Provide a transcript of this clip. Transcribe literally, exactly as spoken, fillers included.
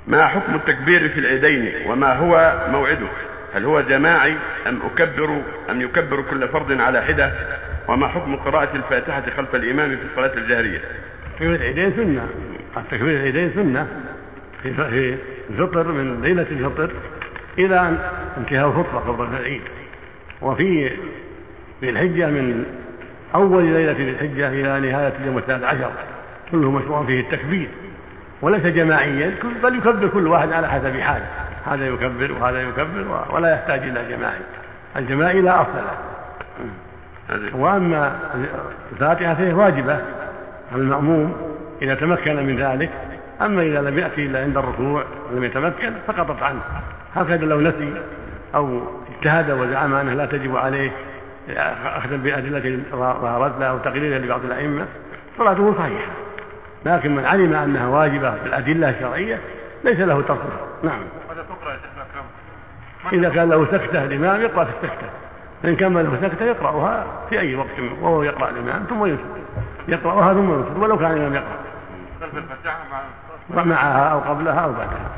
ما حكم التكبير في العيدين وما هو موعده؟ هل هو جماعي أم أكبر أم يكبر كل فرد على حدة؟ وما حكم قراءة الفاتحة خلف الإمام في الصلاة الجهرية؟ تكبير العيدين سنة، التكبير العيدين سنة في الفطر من ليلة الفطر إلى انتهاء الخطبة قبل العيد، وفي في الحجة من أول ليلة في الحجة إلى نهاية اليوم الثالث عشر، كله مشروع فيه التكبير وليس جماعيا، بل يكبر كل واحد على حسب حاله، هذا يكبر وهذا يكبر ولا يحتاج إلى جماعي، الجماعي لا أصل له. وأما الفاتحة فهي واجبة على المأموم إذا تمكن من ذلك، أما إذا لم يأتي إلا عند الركوع ولم يتمكن فقطت عنه، هكذا لو نسي أو اجتهد وزعم أنه لا تجب عليه أخذا بأدلة ظهرت له أو تقريرا لبعض الأئمة صلاته صحيحة، لكن من علم أنها واجبة بالأدلة الشرعية ليس له تركها. نعم. إذا كان له سكتة الإمام يقرأ في السكتة، فإن كان له سكتة يقرأها في أي وقت وهو يقرأ الإمام ثم ينصت، يقرأها ثم ينصت ولو كان الإمام يقرأ معها أو قبلها أو بعدها.